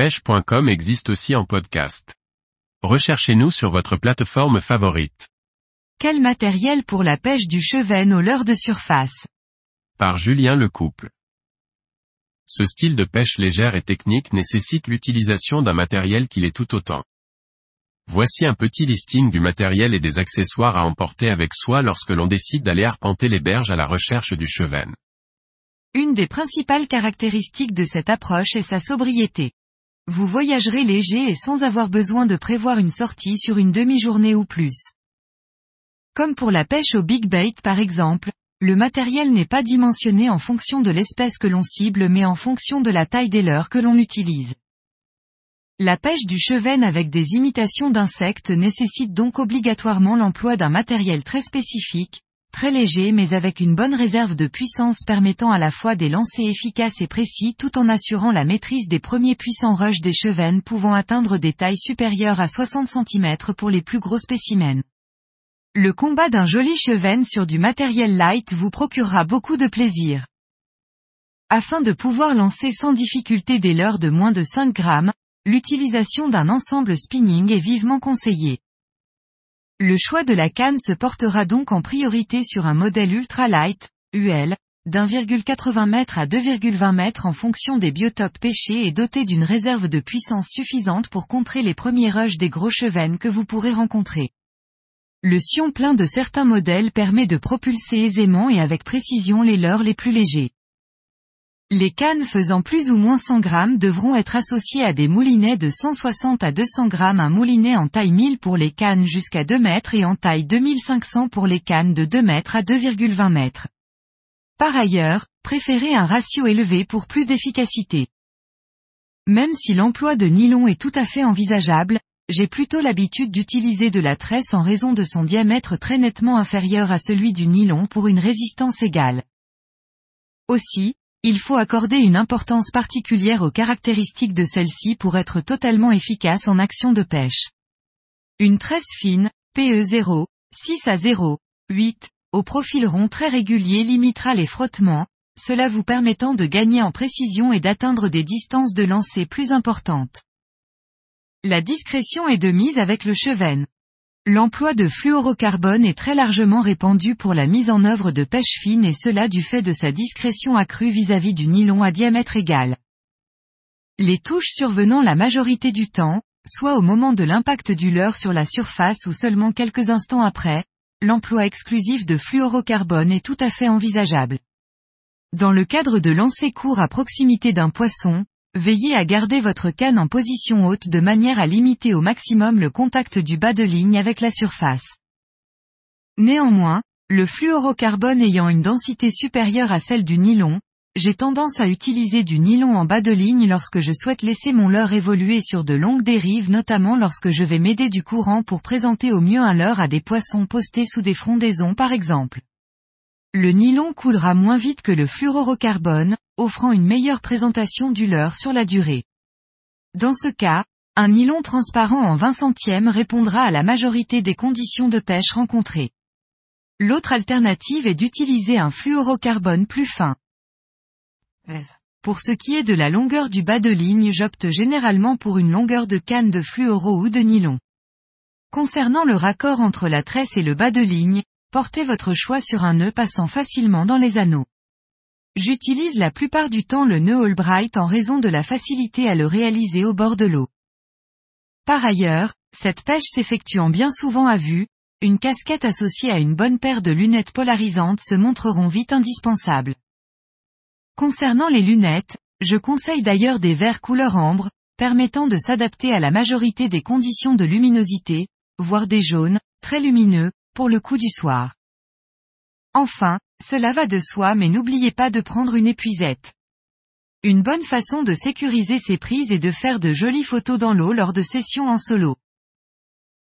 pêche.com existe aussi en podcast. Recherchez-nous sur votre plateforme favorite. Quel matériel pour la pêche du cheven au leurre de surface? Par Julien Lecouple. Ce style de pêche légère et technique nécessite l'utilisation d'un matériel qui l'est tout autant. Voici un petit listing du matériel et des accessoires à emporter avec soi lorsque l'on décide d'aller arpenter les berges à la recherche du cheven. Une des principales caractéristiques de cette approche est sa sobriété. Vous voyagerez léger et sans avoir besoin de prévoir une sortie sur une demi-journée ou plus. Comme pour la pêche au big bait par exemple, le matériel n'est pas dimensionné en fonction de l'espèce que l'on cible mais en fonction de la taille des leurres que l'on utilise. La pêche du cheven avec des imitations d'insectes nécessite donc obligatoirement l'emploi d'un matériel très spécifique, très léger mais avec une bonne réserve de puissance permettant à la fois des lancers efficaces et précis tout en assurant la maîtrise des premiers puissants rushs des chevens pouvant atteindre des tailles supérieures à 60 cm pour les plus gros spécimens. Le combat d'un joli cheven sur du matériel light vous procurera beaucoup de plaisir. Afin de pouvoir lancer sans difficulté des leurres de moins de 5 grammes, l'utilisation d'un ensemble spinning est vivement conseillée. Le choix de la canne se portera donc en priorité sur un modèle ultralight, UL, d'1,80 m à 2,20 m en fonction des biotopes pêchés et doté d'une réserve de puissance suffisante pour contrer les premiers rushs des gros chevens que vous pourrez rencontrer. Le sion plein de certains modèles permet de propulser aisément et avec précision les leurres les plus légers. Les cannes faisant plus ou moins 100 grammes devront être associées à des moulinets de 160 à 200 grammes, un moulinet en taille 1000 pour les cannes jusqu'à 2 mètres et en taille 2500 pour les cannes de 2 mètres à 2,20 mètres. Par ailleurs, préférez un ratio élevé pour plus d'efficacité. Même si l'emploi de nylon est tout à fait envisageable, j'ai plutôt l'habitude d'utiliser de la tresse en raison de son diamètre très nettement inférieur à celui du nylon pour une résistance égale. Aussi, il faut accorder une importance particulière aux caractéristiques de celle-ci pour être totalement efficace en action de pêche. Une tresse fine, PE0, 6 à 0, 8, au profil rond très régulier limitera les frottements, cela vous permettant de gagner en précision et d'atteindre des distances de lancer plus importantes. La discrétion est de mise avec le cheven. L'emploi de fluorocarbone est très largement répandu pour la mise en œuvre de pêche fine et cela du fait de sa discrétion accrue vis-à-vis du nylon à diamètre égal. Les touches survenant la majorité du temps, soit au moment de l'impact du leurre sur la surface ou seulement quelques instants après, l'emploi exclusif de fluorocarbone est tout à fait envisageable. Dans le cadre de lancers courts à proximité d'un poisson, veillez à garder votre canne en position haute de manière à limiter au maximum le contact du bas de ligne avec la surface. Néanmoins, le fluorocarbone ayant une densité supérieure à celle du nylon, j'ai tendance à utiliser du nylon en bas de ligne lorsque je souhaite laisser mon leurre évoluer sur de longues dérives, notamment lorsque je vais m'aider du courant pour présenter au mieux un leurre à des poissons postés sous des frondaisons par exemple. Le nylon coulera moins vite que le fluorocarbone, offrant une meilleure présentation du leurre sur la durée. Dans ce cas, un nylon transparent en 20 centièmes répondra à la majorité des conditions de pêche rencontrées. L'autre alternative est d'utiliser un fluorocarbone plus fin. Pour ce qui est de la longueur du bas de ligne, j'opte généralement pour une longueur de canne de fluoro ou de nylon. Concernant le raccord entre la tresse et le bas de ligne, portez votre choix sur un nœud passant facilement dans les anneaux. J'utilise la plupart du temps le nœud Albright en raison de la facilité à le réaliser au bord de l'eau. Par ailleurs, cette pêche s'effectuant bien souvent à vue, une casquette associée à une bonne paire de lunettes polarisantes se montreront vite indispensables. Concernant les lunettes, je conseille d'ailleurs des verres couleur ambre, permettant de s'adapter à la majorité des conditions de luminosité, voire des jaunes, très lumineux, pour le coup du soir. Enfin, cela va de soi mais n'oubliez pas de prendre une épuisette. Une bonne façon de sécuriser ses prises est de faire de jolies photos dans l'eau lors de sessions en solo.